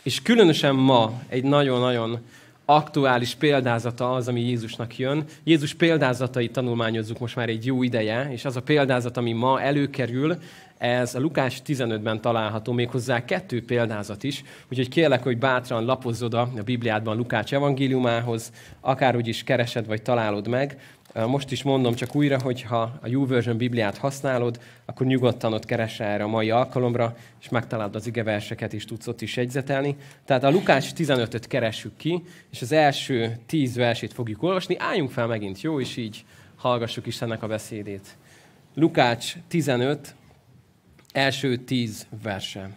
És különösen ma egy nagyon-nagyon aktuális példázata az, ami Jézusnak jön. Jézus példázatait tanulmányozzuk most már egy jó ideje, és az a példázat, ami ma előkerül, ez a Lukás 15-ben található, méghozzá 2 példázat is, úgyhogy kérlek, hogy bátran lapozz oda a Bibliádban Lukács evangéliumához, akárhogy is keresed vagy találod meg. Most is mondom csak újra, hogy ha a YouVersion Bibliát használod, akkor nyugodtan ott keresse erre a mai alkalomra, és megtalálod az igeverseket, és tudsz ott is jegyzetelni. Tehát a Lukács 15-öt keressük ki, és az első 10 versét fogjuk olvasni. Álljunk fel megint, jó? És így hallgassuk Istennek a beszédét. Lukács 15, első 10 verse.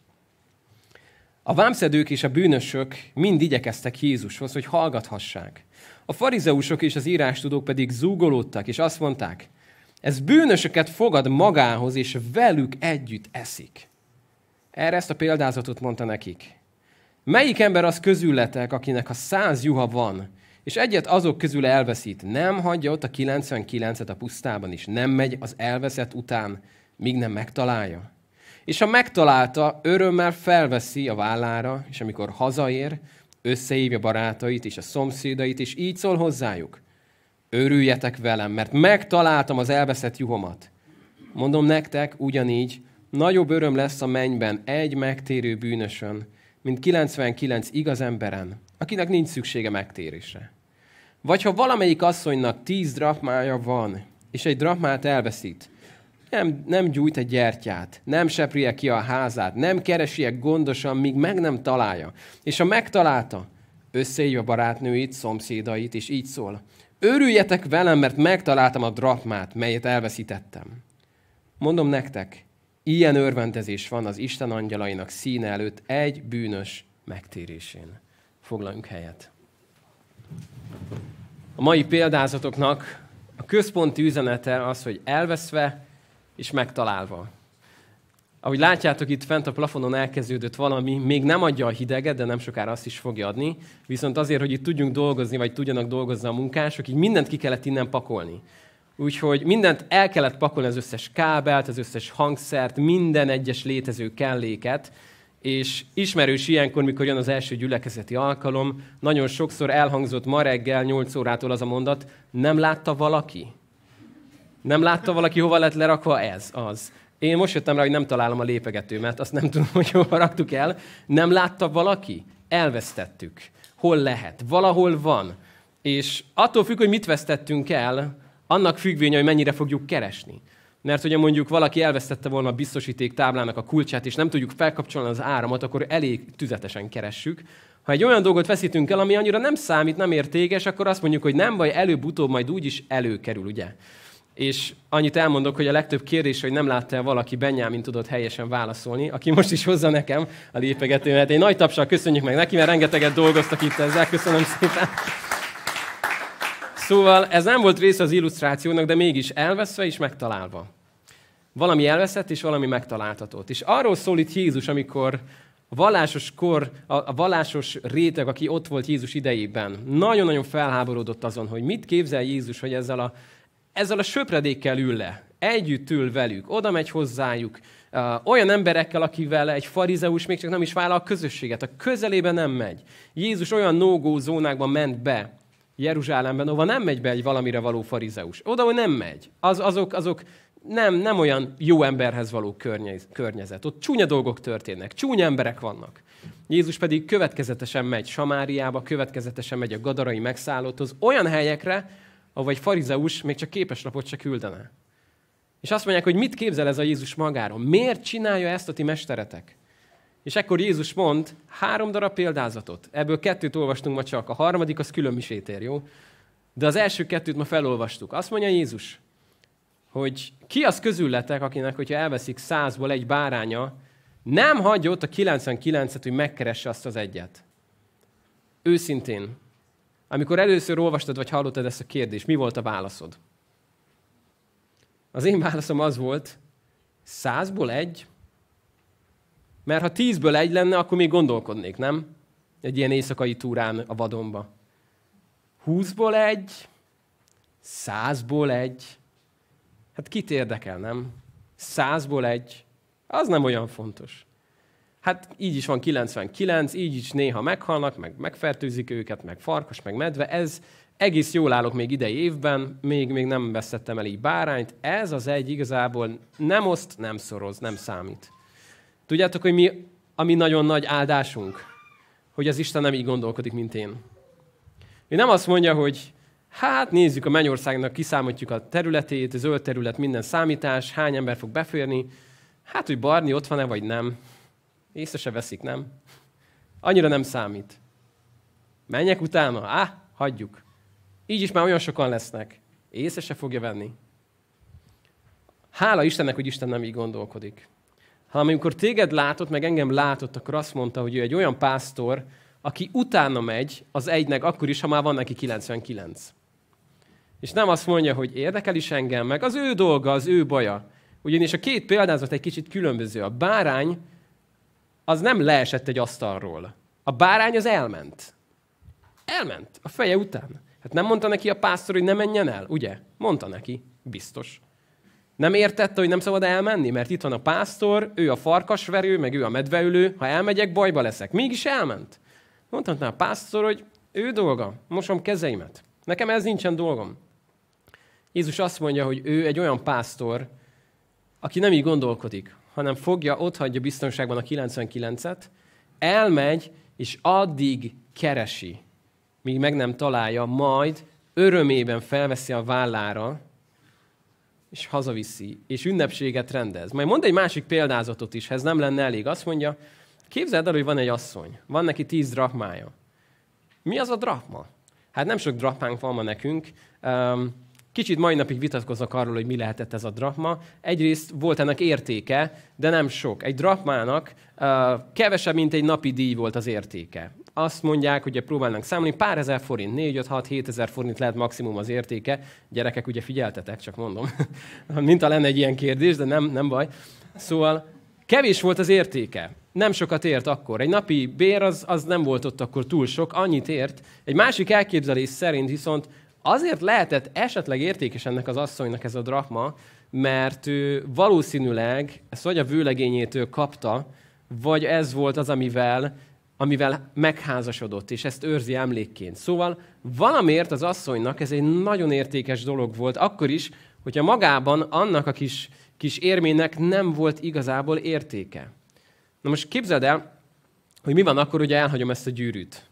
A vámszedők és a bűnösök mind igyekeztek Jézushoz, hogy hallgathassák. A farizeusok és az írástudók pedig zúgolódtak, és azt mondták, ez bűnösöket fogad magához, és velük együtt eszik. Erre ezt a példázatot mondta nekik. Melyik ember az közületek, akinek a 100 juha van, és egyet azok közül elveszít, nem hagyja ott a 99-et a pusztában is, nem megy az elveszett után, míg nem megtalálja. És ha megtalálta, örömmel felveszi a vállára, és amikor hazaér, összehívja barátait és a szomszédait, és így szól hozzájuk. Örüljetek velem, mert megtaláltam az elveszett juhomat. Mondom nektek, ugyanígy nagyobb öröm lesz a mennyben egy megtérő bűnösön, mint 99 igaz emberen, akinek nincs szüksége megtérésre. Vagy ha valamelyik asszonynak 10 drachmája van, és egy drachmát elveszít, nem gyújt egy gyertyát, nem seprie ki a házát, nem keresi gondosan, míg meg nem találja. És ha megtalálta, összehívja a barátnőit, szomszédait, és így szól. Örüljetek velem, mert megtaláltam a drachmát, melyet elveszítettem. Mondom nektek, ilyen örvendezés van az Isten angyalainak színe előtt egy bűnös megtérésén. Foglaljunk helyet. A mai példázatoknak a központi üzenete az, hogy elveszve és megtalálva. Ahogy látjátok, itt fent a plafonon elkezdődött valami, még nem adja a hideget, de nem sokára azt is fogja adni, viszont azért, hogy itt tudjunk dolgozni, vagy tudjanak dolgozni a munkások, így mindent ki kellett innen pakolni. Úgyhogy mindent el kellett pakolni, az összes kábelt, az összes hangszert, minden egyes létező kelléket, és ismerős ilyenkor, mikor jön az első gyülekezeti alkalom, nagyon sokszor elhangzott ma reggel 8 órától az a mondat, nem látta valaki? Nem látta valaki, hova lett lerakva ez, az? Én most jöttem rá, hogy nem találom a lépegetőmet, azt nem tudom, hogy hova raktuk el. Nem látta valaki? Elvesztettük. Hol lehet? Valahol van. És attól függ, hogy mit vesztettünk el, annak függvénye, hogy mennyire fogjuk keresni. Mert hogyha mondjuk valaki elvesztette volna a biztosíték táblának a kulcsát, és nem tudjuk felkapcsolni az áramot, akkor elég tüzetesen keressük. Ha egy olyan dolgot veszítünk el, ami annyira nem számít, nem értékes, akkor azt mondjuk, hogy nem baj, előbb-utóbb majd úgyis előkerül, ugye? És annyit elmondok, hogy a legtöbb kérdés, hogy nem látta valaki, Benyámin tudott helyesen válaszolni, aki most is hozza nekem a lépegetőmet. Egy nagy tapsal köszönjük meg neki, mert rengeteget dolgoztak itt ezzel. Köszönöm szépen. Szóval ez nem volt része az illusztrációnak, de mégis elveszve és megtalálva. Valami elveszett, és valami megtaláltatott. És arról szól itt Jézus, amikor a vallásos réteg, aki ott volt Jézus idejében, nagyon-nagyon felháborodott azon, hogy mit képzel Jézus, hogy ezzel a söpredékkel ül le, együtt ül velük, oda megy hozzájuk, olyan emberekkel, akivel egy farizeus még csak nem is vállal a közösséget, a közelében nem megy. Jézus olyan no-go zónákban ment be Jeruzsálemben, ahova nem megy be egy valamire való farizeus. Oda, hogy nem megy. Azok nem olyan jó emberhez való környezet. Ott csúnya dolgok történnek, csúnya emberek vannak. Jézus pedig következetesen megy Samáriába, következetesen megy a gadarai megszállóthoz, olyan helyekre, ahol egy farizeus még csak képeslapot se küldene. És azt mondják, hogy mit képzel ez a Jézus magáról? Miért csinálja ezt a ti mesteretek? És ekkor Jézus mond 3 darab példázatot. Ebből 2 olvastunk ma csak. A harmadik az külön misét ér, jó? De az első 2 ma felolvastuk. Azt mondja Jézus, hogy ki az közületek, akinek, hogyha elveszik 100-ból egy báránya, nem hagyja ott a 99-et, hogy megkeresse azt az egyet. Őszintén. Amikor először olvastad, vagy hallottad ezt a kérdést, mi volt a válaszod? Az én válaszom az volt, 100-ból egy? Mert ha 10-ből egy lenne, akkor még gondolkodnék, nem? Egy ilyen éjszakai túrán a vadonba. 20-ból egy? 100-ból egy? Hát kit érdekel, nem? 100-ból egy? Az nem olyan fontos. Hát így is van 99, így is néha meghalnak, meg megfertőzik őket, meg farkas, meg medve. Ez egész jól állok még idei évben, még nem vesztettem el így bárányt. Ez az egy igazából nem oszt, nem szoroz, nem számít. Tudjátok, hogy ami nagyon nagy áldásunk? Hogy az Isten nem így gondolkodik, mint én. Ő nem azt mondja, hogy hát nézzük a mennyországnak, kiszámoljuk a területét, a zöld terület, minden számítás, hány ember fog beférni. Hát, hogy Barni ott van-e, vagy nem. Észre se veszik, nem? Annyira nem számít. Menjek utána? Hagyjuk. Így is már olyan sokan lesznek. Észre se fogja venni. Hála Istennek, hogy Isten nem így gondolkodik. Hanem amikor téged látott, meg engem látott, akkor azt mondta, hogy ő egy olyan pásztor, aki utána megy az egynek, akkor is, ha már van neki 99. És nem azt mondja, hogy érdekel is engem, meg az ő dolga, az ő baja. Ugyanis a két példázat egy kicsit különböző. A bárány az nem leesett egy asztalról. A bárány az elment. Elment a feje után. Hát nem mondta neki a pásztor, hogy ne menjen el, ugye? Mondta neki, biztos. Nem értette, hogy nem szabad elmenni, mert itt van a pásztor, ő a farkasverő, meg ő a medveülő, ha elmegyek, bajba leszek. Mégis elment. Mondta a pásztor, hogy ő dolga, mosom kezeimet. Nekem ez nincsen dolgom. Jézus azt mondja, hogy ő egy olyan pásztor, aki nem így gondolkodik, hanem fogja, otthagyja biztonságban a 99-et, elmegy, és addig keresi, míg meg nem találja, majd örömében felveszi a vállára, és hazaviszi, és ünnepséget rendez. Majd mond egy másik példázatot is, ha ez nem lenne elég. Azt mondja, képzeld el, hogy van egy asszony, van neki 10 drachmája. Mi az a drachma? Hát nem sok drachmánk van ma nekünk. Kicsit mai napig vitatkoznak arról, hogy mi lehetett ez a drachma. Egyrészt volt ennek értéke, de nem sok. Egy drachmának kevesebb, mint egy napi díj volt az értéke. Azt mondják, hogy próbálnak számolni, pár ezer forint, 4, 5, 6, 7 ezer forint lehet maximum az értéke. Gyerekek, ugye figyeltetek, csak mondom. Mintha lenne egy ilyen kérdés, de nem baj. Szóval kevés volt az értéke. Nem sokat ért akkor. Egy napi bér az nem volt ott akkor túl sok, annyit ért. Egy másik elképzelés szerint viszont azért lehetett esetleg értékes ennek az asszonynak ez a drachma, mert ő valószínűleg ezt vagy a vőlegényétől kapta, vagy ez volt az, amivel megházasodott, és ezt őrzi emlékként. Szóval valamiért az asszonynak ez egy nagyon értékes dolog volt, akkor is, hogyha magában annak a kis érmének nem volt igazából értéke. Na most képzeld el, hogy mi van akkor, hogy elhagyom ezt a gyűrűt.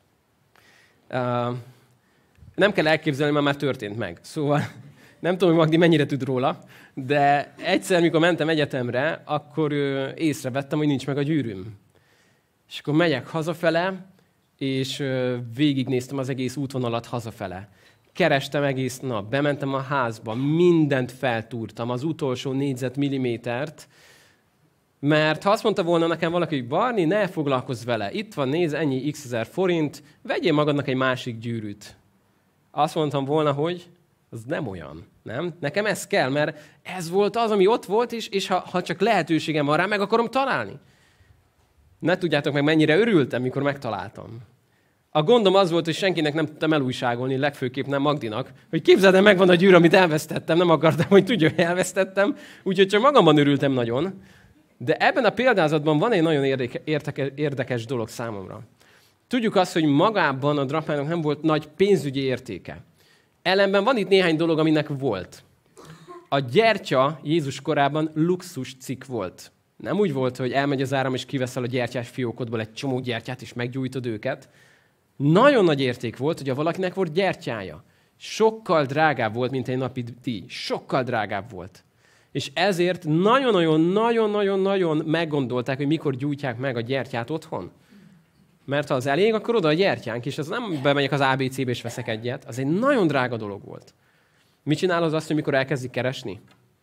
Nem kell elképzelni, mert már történt meg. Szóval nem tudom, hogy Magdi mennyire tud róla, de egyszer, mikor mentem egyetemre, akkor észrevettem, hogy nincs meg a gyűrűm. És akkor megyek hazafele, és végignéztem az egész útvonalat hazafele. Kerestem egész nap, bementem a házba, mindent feltúrtam, az utolsó négyzetmillimétert, mert ha azt mondta volna nekem valaki, hogy Barni, ne foglalkozz vele, itt van, nézd, ennyi x ezer forint, vegyél magadnak egy másik gyűrűt. Azt mondtam volna, hogy az nem olyan, nem? Nekem ez kell, mert ez volt az, ami ott volt, és ha csak lehetőségem van rá, meg akarom találni. Ne tudjátok meg, mennyire örültem, mikor megtaláltam. A gondom az volt, hogy senkinek nem tudtam elújságolni, legfőképp nem Magdinak, hogy képzeld el, megvan a gyűrű, amit elvesztettem, nem akartam, hogy tudja, hogy elvesztettem, úgyhogy csak magamban örültem nagyon. De ebben a példázatban van egy nagyon érdekes dolog számomra. Tudjuk azt, hogy magában a drachmának nem volt nagy pénzügyi értéke. Ellenben van itt néhány dolog, aminek volt. A gyertya Jézus korában luxus cikk volt. Nem úgy volt, hogy elmegy az áram, és kiveszel a gyertyás fiókodból egy csomó gyertyát, és meggyújtod őket. Nagyon nagy érték volt, hogy valakinek volt gyertyája. Sokkal drágább volt, mint egy napi díj. Sokkal drágább volt. És ezért nagyon-nagyon meggondolták, hogy mikor gyújtják meg a gyertyát otthon. Mert ha az elég, akkor oda a gyertyánk, és az nem bemegyek az ABC-be és veszek egyet. Az egy nagyon drága dolog volt. Mit csinál az azt, hogy mikor elkezdik keresni?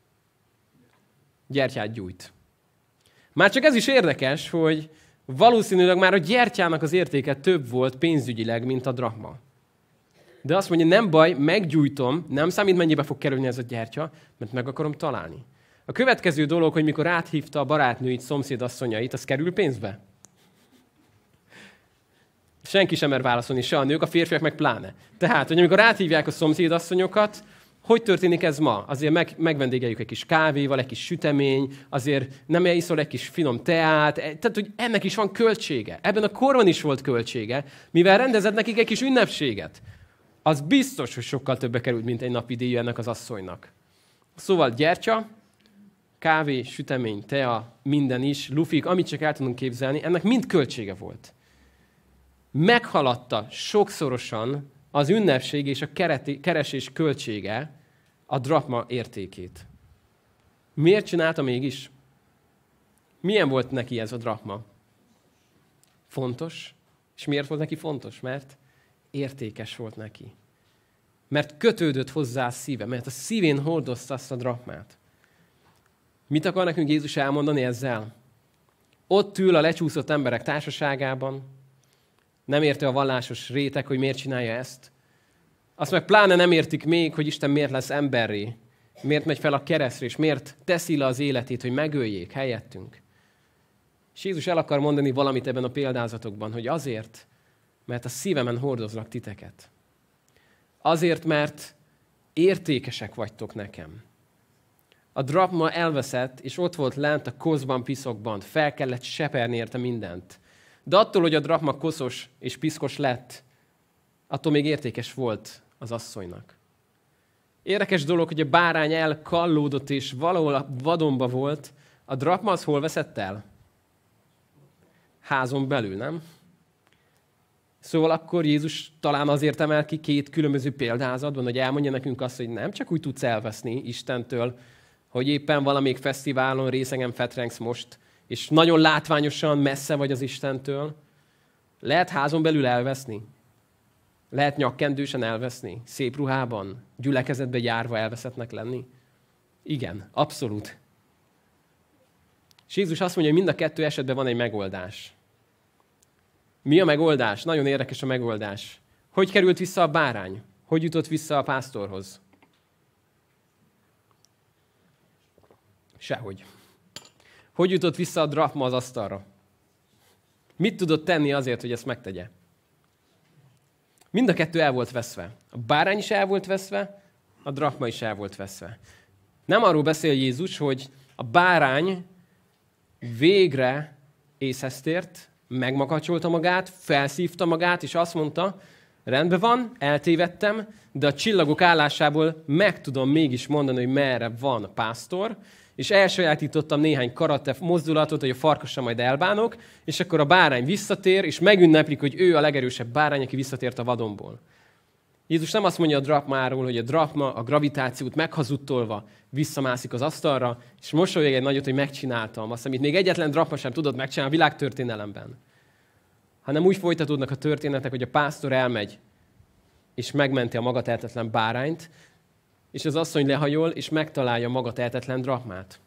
Gyertyát gyújt. Már csak ez is érdekes, hogy valószínűleg már a gyertyának az értéke több volt pénzügyileg, mint a drachma. De azt mondja, nem baj, meggyújtom, nem számít, mennyibe fog kerülni ez a gyertya, mert meg akarom találni. A következő dolog, hogy mikor áthívta a barátnőit, szomszédasszonyait, az kerül pénzbe? Senki sem mer válaszolni, se a nők, a férfiak meg pláne. Tehát, hogy amikor áthívják a szomszédasszonyokat, Hogy történik ez ma? Azért megvendégeljük egy kis kávéval, egy kis sütemény, azért nem iszol egy kis finom teát, tehát hogy ennek is van költsége. Ebben a korban is volt költsége, mivel rendezett nekik egy kis ünnepséget. Az biztos, hogy sokkal többe került, mint egy napi díj ennek az asszonynak. Szóval gyertya, kávé, sütemény, tea, minden is, lufik, amit csak el tudunk képzelni, ennek mind költsége volt. Meghaladta sokszorosan az ünnepség és a keresés költsége a drakma értékét. Miért csinálta mégis? Milyen volt neki ez a drakma? Fontos. És miért volt neki fontos? Mert értékes volt neki. Mert kötődött hozzá a szíve, mert a szívén hordozta azt a drakmát. Mit akar nekünk Jézus elmondani ezzel? Ott ül a lecsúszott emberek társaságában, nem érti a vallásos réteg, hogy miért csinálja ezt. Azt meg pláne nem értik még, hogy Isten miért lesz emberré, miért megy fel a keresztre, és miért teszi le az életét, hogy megöljék helyettünk. És Jézus el akar mondani valamit ebben a példázatokban, hogy azért, mert a szívemen hordozlak titeket. Azért, mert értékesek vagytok nekem. A drakma elveszett, és ott volt lent a koszban, piszokban. Fel kellett seperni érte mindent. De attól, hogy a drakma koszos és piszkos lett, attól még értékes volt az asszonynak. Érdekes dolog, hogy a bárány elkallódott, és valahol a vadonba volt. A drakma az hol veszett el? Házon belül, nem? Szóval akkor Jézus talán azért emel ki két különböző példázatban, hogy elmondja nekünk azt, hogy nem csak úgy tudsz elveszni Istentől, hogy éppen valamelyik fesztiválon részegen fetrengsz most, és nagyon látványosan messze vagy az Istentől. Lehet házon belül elveszni? Lehet nyakkendősen elveszni? Szép ruhában? Gyülekezetbe járva elveszettnek lenni? Igen, abszolút. És Jézus azt mondja, hogy mind a kettő esetben van egy megoldás. Mi a megoldás? Nagyon érdekes a megoldás. Hogy került vissza a bárány? Hogy jutott vissza a pásztorhoz? Sehogy. Hogy jutott vissza a drakma az asztalra? Mit tudott tenni azért, hogy ezt megtegye? Mind a kettő el volt veszve. A bárány is el volt veszve, a drakma is el volt veszve. Nem arról beszél Jézus, hogy a bárány végre észhez tért, megmakacsolta magát, felszívta magát, és azt mondta, rendben van, eltévedtem, de a csillagok állásából meg tudom mégis mondani, hogy merre van a pásztor, és elsajátítottam néhány karate mozdulatot, hogy a farkassal majd elbánok, és akkor a bárány visszatér, és megünneplik, hogy ő a legerősebb bárány, aki visszatért a vadonból. Jézus nem azt mondja a drakmáról, hogy a drakma a gravitációt meghazudtolva visszamászik az asztalra, és mosolyog egy nagyot, hogy megcsináltam azt, amit még egyetlen drakma sem tudott megcsinálni a világtörténelemben. Hanem úgy folytatódnak a történetek, hogy a pásztor elmegy, és megmenti a maga tehetetlen bárányt, és az asszony lehajol, és megtalálja maga tehetetlen drakmát.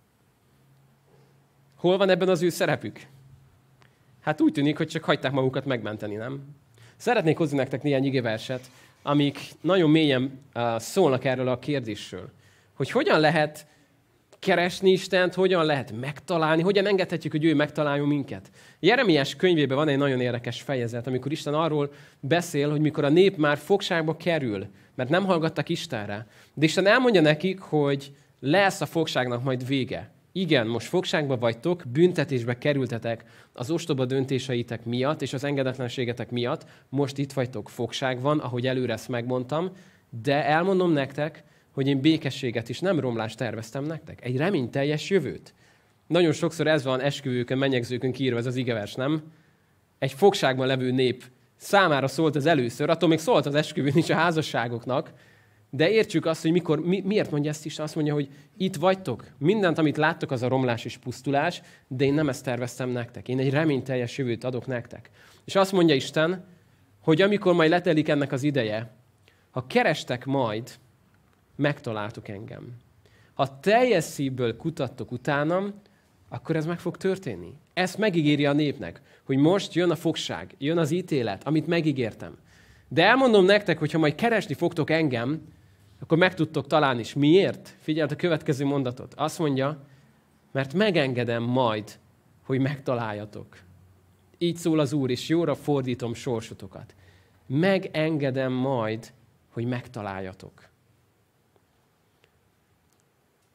Hol van ebben az ő szerepük? Hát úgy tűnik, hogy csak hagyták magukat megmenteni, nem? Szeretnék hozni nektek néhány igeverset, amik nagyon mélyen szólnak erről a kérdésről. Hogy hogyan lehet keresni Istent, hogyan lehet megtalálni, hogyan engedhetjük, hogy ő megtaláljon minket. Jeremiás könyvében van egy nagyon érdekes fejezet, amikor Isten arról beszél, hogy mikor a nép már fogságba kerül, mert nem hallgattak Istenre. De Isten elmondja nekik, hogy lesz a fogságnak majd vége. Igen, most fogságba vagytok, büntetésbe kerültetek az ostoba döntéseitek miatt, és az engedetlenségetek miatt. Most itt vagytok, fogság van, ahogy előre ezt megmondtam, de elmondom nektek, hogy én békességet is, nem romlást terveztem nektek. Egy reményteljes jövőt. Nagyon sokszor ez van esküvőkön, menyegzőkön kiírva ez az igevers, nem? Egy fogságban levő nép számára szólt az először, attól még szólt az esküvőn is a házasságoknak, de értsük azt, hogy miért mondja ezt Isten? Azt mondja, hogy itt vagytok, mindent, amit láttok, az a romlás és pusztulás, de én nem ezt terveztem nektek. Én egy reményteljes jövőt adok nektek. És azt mondja Isten, hogy amikor majd letelik ennek az ideje, ha kerestek majd, megtaláltok engem. Ha teljes szívből kutattok utánam, akkor ez meg fog történni. Ezt megígéri a népnek, hogy most jön a fogság, jön az ítélet, amit megígértem. De elmondom nektek, hogy ha majd keresni fogtok engem, akkor meg tudtok találni. És miért? Figyeld a következő mondatot. Azt mondja, mert megengedem majd, hogy megtaláljatok. Így szól az Úr, és jóra fordítom sorsotokat. Megengedem majd, hogy megtaláljatok.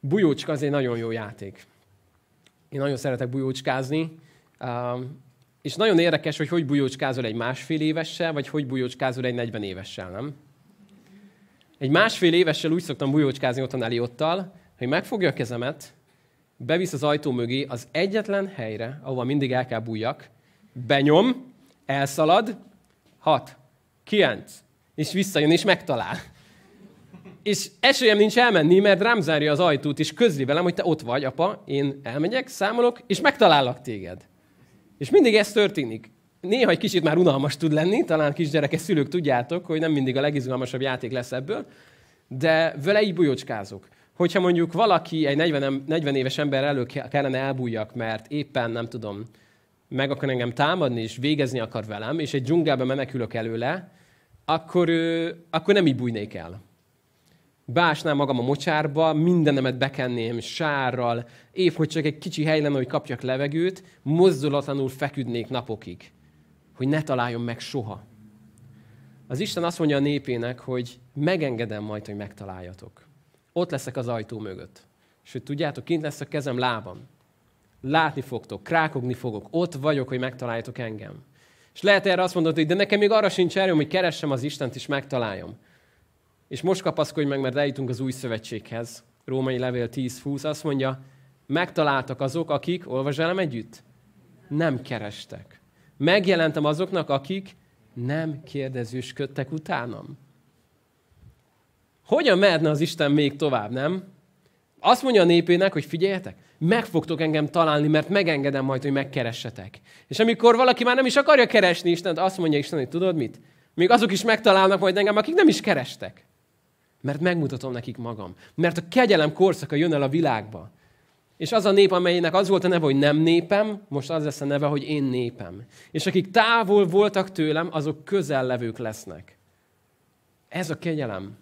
Bujócska az egy nagyon jó játék. Én nagyon szeretek bujócskázni, és nagyon érdekes, hogy bujócskázol egy 1,5 évessel, vagy hogy bujócskázol egy 40 évessel, nem? Egy 1,5 évessel úgy szoktam bujócskázni otthon Eliottal, hogy megfogja a kezemet, bevisz az ajtó mögé az egyetlen helyre, ahova mindig el kell bújjak, benyom, elszalad, 6, 9, és visszajön, és megtalál. És esélyem nincs elmenni, mert rám zárja az ajtót, és közli velem, hogy te ott vagy, apa, én elmegyek, számolok, és megtalállak téged. És mindig ez történik. Néha egy kicsit már unalmas tud lenni, talán kisgyerekes szülők tudjátok, hogy nem mindig a legizgalmasabb játék lesz ebből, de vele így bujócskázok. Hogyha mondjuk valaki, egy 40 éves ember elő kellene elbújjak, mert éppen, nem tudom, meg akar engem támadni, és végezni akar velem, és egy dzsungelbe menekülök előle, akkor nem így bújnék el. Beásnám magam a mocsárba, mindenemet bekenném sárral, épp hogy csak egy kicsi hely lenne, hogy kapjak levegőt, mozdulatlanul feküdnék napokig, hogy ne találjon meg soha. Az Isten azt mondja a népének, hogy megengedem majd, hogy megtaláljatok. Ott leszek az ajtó mögött. És hogy tudjátok, kint lesz a kezem, lábam. Látni fogtok, krákogni fogok. Ott vagyok, hogy megtaláljatok engem. És lehet erre azt mondod, hogy de nekem még arra sincs erőm, hogy keressem az Istent és megtaláljam. És most kapaszkodj meg, mert eljutunk az új szövetséghez. Római levél 10:20 azt mondja, megtaláltak azok, akik, olvasd velem együtt, nem kerestek. Megjelentem azoknak, akik nem kérdezősködtek utánam. Hogyan mehetne az Isten még tovább, nem? Azt mondja a népének, hogy figyeljetek, meg fogtok engem találni, mert megengedem majd, hogy megkeressetek. És amikor valaki már nem is akarja keresni Istent, azt mondja Isten, hogy tudod mit? Még azok is megtalálnak majd engem, akik nem is kerestek. Mert megmutatom nekik magam. Mert a kegyelem korszaka jön el a világba. És az a nép, amelynek az volt a neve, hogy nem népem, most az lesz a neve, hogy én népem. És akik távol voltak tőlem, azok közellevők lesznek. Ez a kegyelem.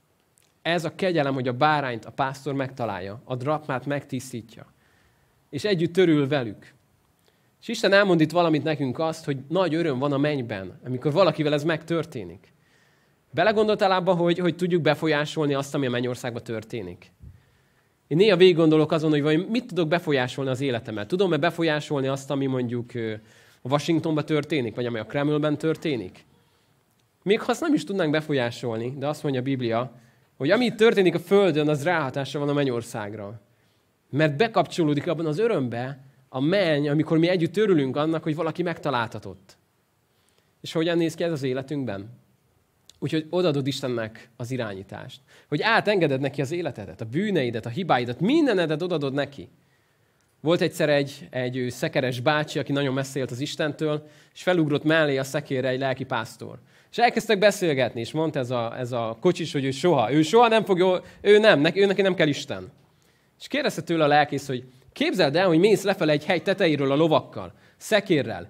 Ez a kegyelem, hogy a bárányt a pásztor megtalálja, a drakmát megtisztítja. És együtt törül velük. És Isten elmond itt valamit nekünk azt, hogy nagy öröm van a mennyben, amikor valakivel ez megtörténik. Belegondoltál abba, hogy tudjuk befolyásolni azt, ami a mennyországban történik? Én néha végig gondolok azon, hogy mit tudok befolyásolni az életemmel. Tudom-e befolyásolni azt, ami mondjuk a Washingtonban történik, vagy ami a Kremlben történik? Még ha azt nem is tudnánk befolyásolni, de azt mondja a Biblia, hogy ami itt történik a Földön, az ráhatása van a mennyországra. Mert bekapcsolódik abban az örömbe a menny, amikor mi együtt örülünk annak, hogy valaki megtaláltatott. És hogyan néz ki ez az életünkben? Úgyhogy odaadod Istennek az irányítást. Hogy átengeded neki az életedet, a bűneidet, a hibáidat, mindenedet odaadod neki. Volt egyszer egy szekeres bácsi, aki nagyon messze élt az Istentől, és felugrott mellé a szekérre egy lelki pásztor. És elkezdtek beszélgetni, és mondta ez a kocsis, hogy ő soha nem fog, ő neki nem kell Isten. És kérdezte tőle a lelkész, hogy képzeld el, hogy mész lefele egy hegy tetejéről a lovakkal, szekérrel,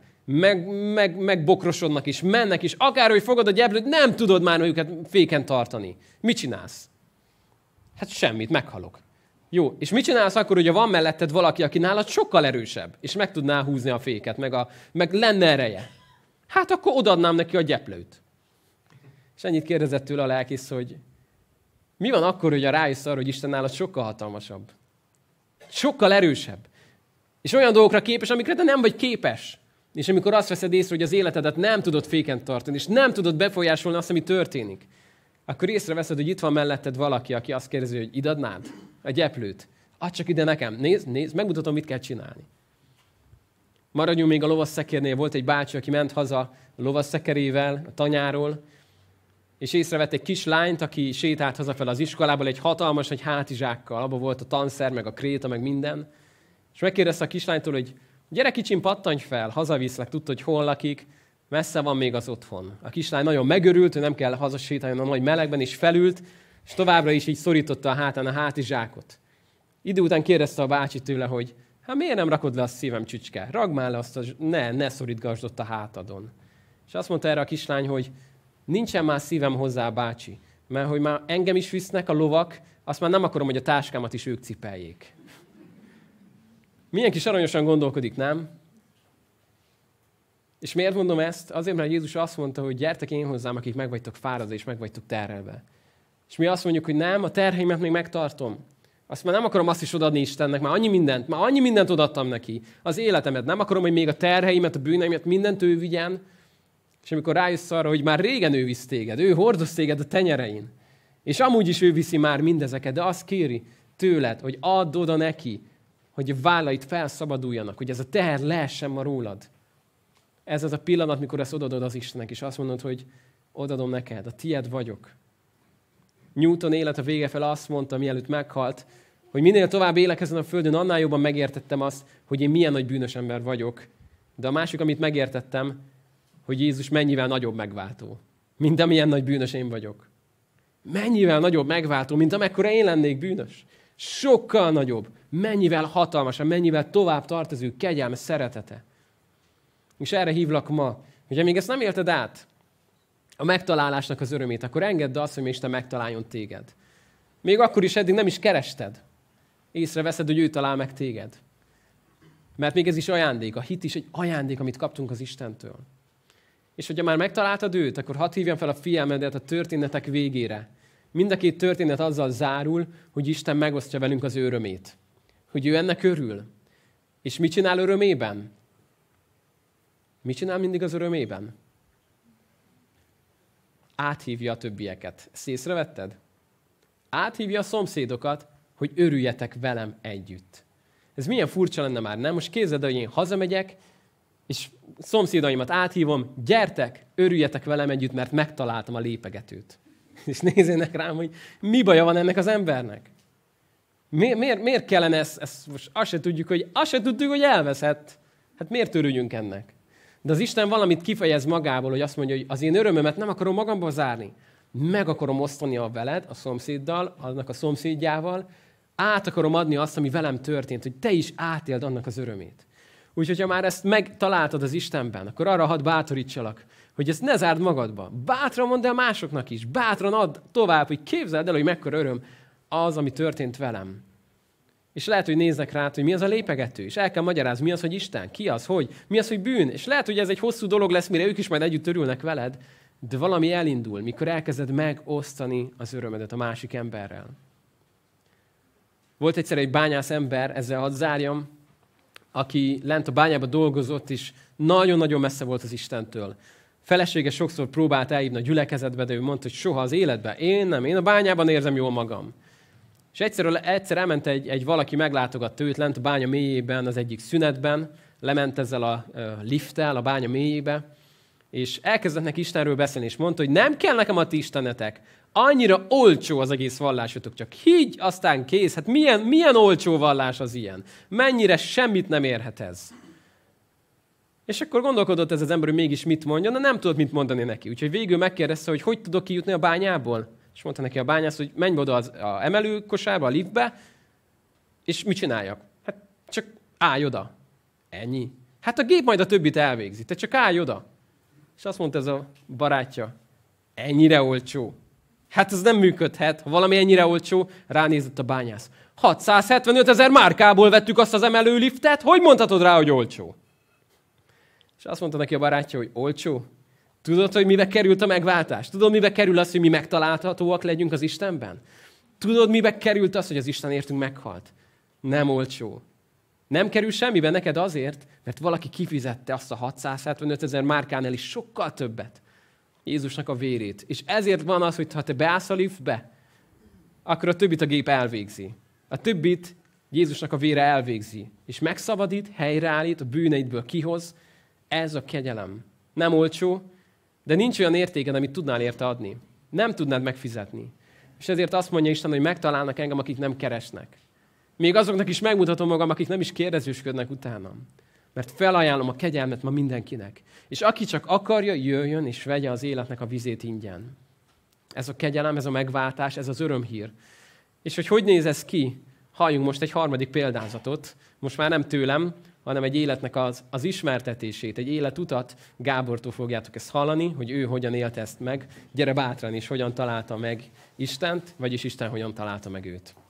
meg bokrosodnak is, mennek is, akárhogy fogod a gyeplőt, nem tudod már őket féken tartani. Mit csinálsz? Hát semmit, meghalok. Jó, és mit csinálsz akkor, hogyha van melletted valaki, aki nálad sokkal erősebb, és meg tudná húzni a féket, meg lenne ereje? Hát akkor odaadnám neki a gyeplőt. És ennyit kérdezett tőle a lelkész, hogy mi van akkor, hogyha rájössz arra, hogy Isten nálad sokkal hatalmasabb? Sokkal erősebb. És olyan dolgokra képes, amikre te nem vagy képes. És amikor azt veszed észre, hogy az életedet nem tudod féken tartani, és nem tudod befolyásolni azt, ami történik, akkor észreveszed, hogy itt van melletted valaki, aki azt kérdezi, hogy ide adnád a gyeplőt. Add csak ide nekem. Nézd, megmutatom, mit kell csinálni. Maradjunk még a lovasszekérnél. Volt egy bácsi, aki ment haza a lovasszekerével, a tanyáról, és észrevett egy kis lányt, aki sétált hazafelé az iskolából egy hatalmas egy hátizsákkal. Abban volt a tanszer, meg a kréta, meg minden. És megkérdezte a kislánytól, hogy gyere kicsim, pattanj fel, hazaviszlek, tudta, hogy hol lakik, messze van még az otthon. A kislány nagyon megörült, hogy nem kell hazasétálni a nagy melegben, és felült, és továbbra is így szorította a hátán a hátizsákot. Idő után kérdezte a bácsi tőle, hogy hát miért nem rakod le a szívem, csücske? Ragd már le azt, ne szorítgasd ott a hátadon. És azt mondta erre a kislány, hogy nincsen már szívem hozzá, bácsi, mert hogy már engem is visznek a lovak, azt már nem akarom, hogy a táskámat is ők cipeljék. Mindenki aranyosan gondolkodik, nem? És miért mondom ezt? Azért, mert Jézus azt mondta, hogy gyertek én hozzám, akik meg vagytok fáradva és meg vagytok terhelve. És mi azt mondjuk, hogy nem, a terheimet még megtartom. Azt már nem akarom azt is odaadni Istennek, már annyi mindent odaadtam neki. Az életemet, nem akarom, hogy még a terheimet, a bűneimet, mindent ő vigyen. És amikor rájössz arra, hogy már régen ő visz téged, ő hordoz téged a tenyerein. És amúgy is ő viszi már mindezeket, de azt kéri tőled, hogy add oda neki, hogy a vállait felszabaduljanak, hogy ez a teher leessen ma rólad. Ez az a pillanat, mikor ezt odaadod az Istennek, és azt mondod, hogy odadom neked, a tied vagyok. Newton élete vége fel azt mondta, mielőtt meghalt, hogy minél tovább élek ezen a földön, annál jobban megértettem azt, hogy én milyen nagy bűnös ember vagyok. De a másik, amit megértettem, hogy Jézus mennyivel nagyobb megváltó, mint amilyen nagy bűnös én vagyok. Mennyivel nagyobb megváltó, mint amekkora én lennék bűnös. Sokkal nagyobb, mennyivel hatalmasabb, mennyivel tovább tart az ő kegyelme, szeretete. És erre hívlak ma, hogy még ezt nem élted át, a megtalálásnak az örömét, akkor engedd azt, hogy Isten megtaláljon téged. Még akkor is eddig nem is kerested. Észreveszed, hogy ő talál meg téged. Mert még ez is ajándék. A hit is egy ajándék, amit kaptunk az Istentől. És hogyha már megtaláltad őt, akkor hadd hívjam fel a figyelmedet a történetek végére. Mind a két történet azzal zárul, hogy Isten megosztja velünk az örömét. Hogy ő ennek örül. És mit csinál örömében? Mit csinál mindig az örömében? Áthívja a többieket. Ezt észrevetted? Áthívja a szomszédokat, hogy örüljetek velem együtt. Ez milyen furcsa lenne már, nem? Most képzeld, hogy én hazamegyek, és szomszédaimat áthívom, gyertek, örüljetek velem együtt, mert megtaláltam a lépegetőt. És nézzenek rám, hogy mi baja van ennek az embernek. Miért kellene ezt most azt se tudjuk, hogy elveszett. Hát miért örüljünk ennek? De az Isten valamit kifejez magából, hogy azt mondja, hogy az én örömömet nem akarom magamba zárni. Meg akarom osztani a veled, a szomszéddal, annak a szomszédjával. Át akarom adni azt, ami velem történt, hogy te is átéld annak az örömét. Úgyhogy, ha már ezt megtaláltad az Istenben, akkor arra hadd bátorítsalak, hogy ezt ne zárd magadba. Bátran mondd el másoknak is. Bátran add tovább, hogy képzeld el, hogy mekkora öröm az, ami történt velem. És lehet, hogy néznek rá, hogy mi az a lépegető, és el kell magyarázni, mi az, hogy Isten, ki az, hogy, mi az, hogy bűn. És lehet, hogy ez egy hosszú dolog lesz, mire ők is majd együtt örülnek veled, de valami elindul, mikor elkezded megosztani az örömedet a másik emberrel. Volt egyszer egy bányász ember, ezzel hadd zárjam, aki lent a bányában dolgozott, és nagyon-nagyon messze volt az Istentől. Felesége sokszor próbált elhívni a gyülekezetbe, de ő mondta, hogy soha az életben. Én a bányában érzem jól magam. És egyszer elment egy valaki, meglátogatta őt lent a bánya mélyében, az egyik szünetben, lement ezzel a lifttel a bánya mélyébe, és elkezdett neki Istenről beszélni, és mondta, hogy nem kell nekem a ti istenetek, annyira olcsó az egész vallásotok, csak higgy, aztán kész. Hát milyen olcsó vallás az ilyen? Mennyire semmit nem érhet ez? És akkor gondolkodott ez az ember, hogy mégis mit mondjon, de nem tudott mit mondani neki. Úgyhogy végül megkérdezte, hogy tudok kijutni a bányából? És mondta neki a bányász, hogy menj oda az emelőkosárba, a liftbe, és mit csináljak? Hát csak állj oda. Ennyi. Hát a gép majd a többit elvégzi, te csak állj oda. És azt mondta ez a barátja, ennyire olcsó. Hát ez nem működhet. Ha valami ennyire olcsó, ránézett a bányász. 675 000 márkából vettük azt az emelőliftet, hogy mondhatod rá, hogy olcsó? És azt mondta neki a barátja, hogy olcsó? Tudod, hogy mibe került a megváltás? Tudod, mibe kerül az, hogy mi megtalálhatóak legyünk az Istenben? Tudod, mibe került az, hogy az Isten értünk meghalt? Nem olcsó. Nem kerül semmibe neked azért, mert valaki kifizette azt a 675 000 márkánál is sokkal többet. Jézusnak a vérét. És ezért van az, hogy ha te beállsz a liftbe, akkor a többit a gép elvégzi. A többit Jézusnak a vére elvégzi. És megszabadít, helyreállít, a bűneidből kihoz. Ez a kegyelem. Nem olcsó, de nincs olyan értéked, amit tudnál érte adni. Nem tudnád megfizetni. És ezért azt mondja Isten, hogy megtalálnak engem, akik nem keresnek. Még azoknak is megmutatom magam, akik nem is kérdezősködnek utánam. Mert felajánlom a kegyelmet ma mindenkinek. És aki csak akarja, jöjjön és vegye az életnek a vizét ingyen. Ez a kegyelem, ez a megváltás, ez az örömhír. És hogy néz ez ki? Halljunk most egy harmadik példázatot. Most már nem tőlem, hanem egy életnek az ismertetését, egy életutat. Gábortól fogjátok ezt hallani, hogy ő hogyan élte ezt meg. Gyere bátran is, hogyan találta meg Istent, vagyis Isten hogyan találta meg őt.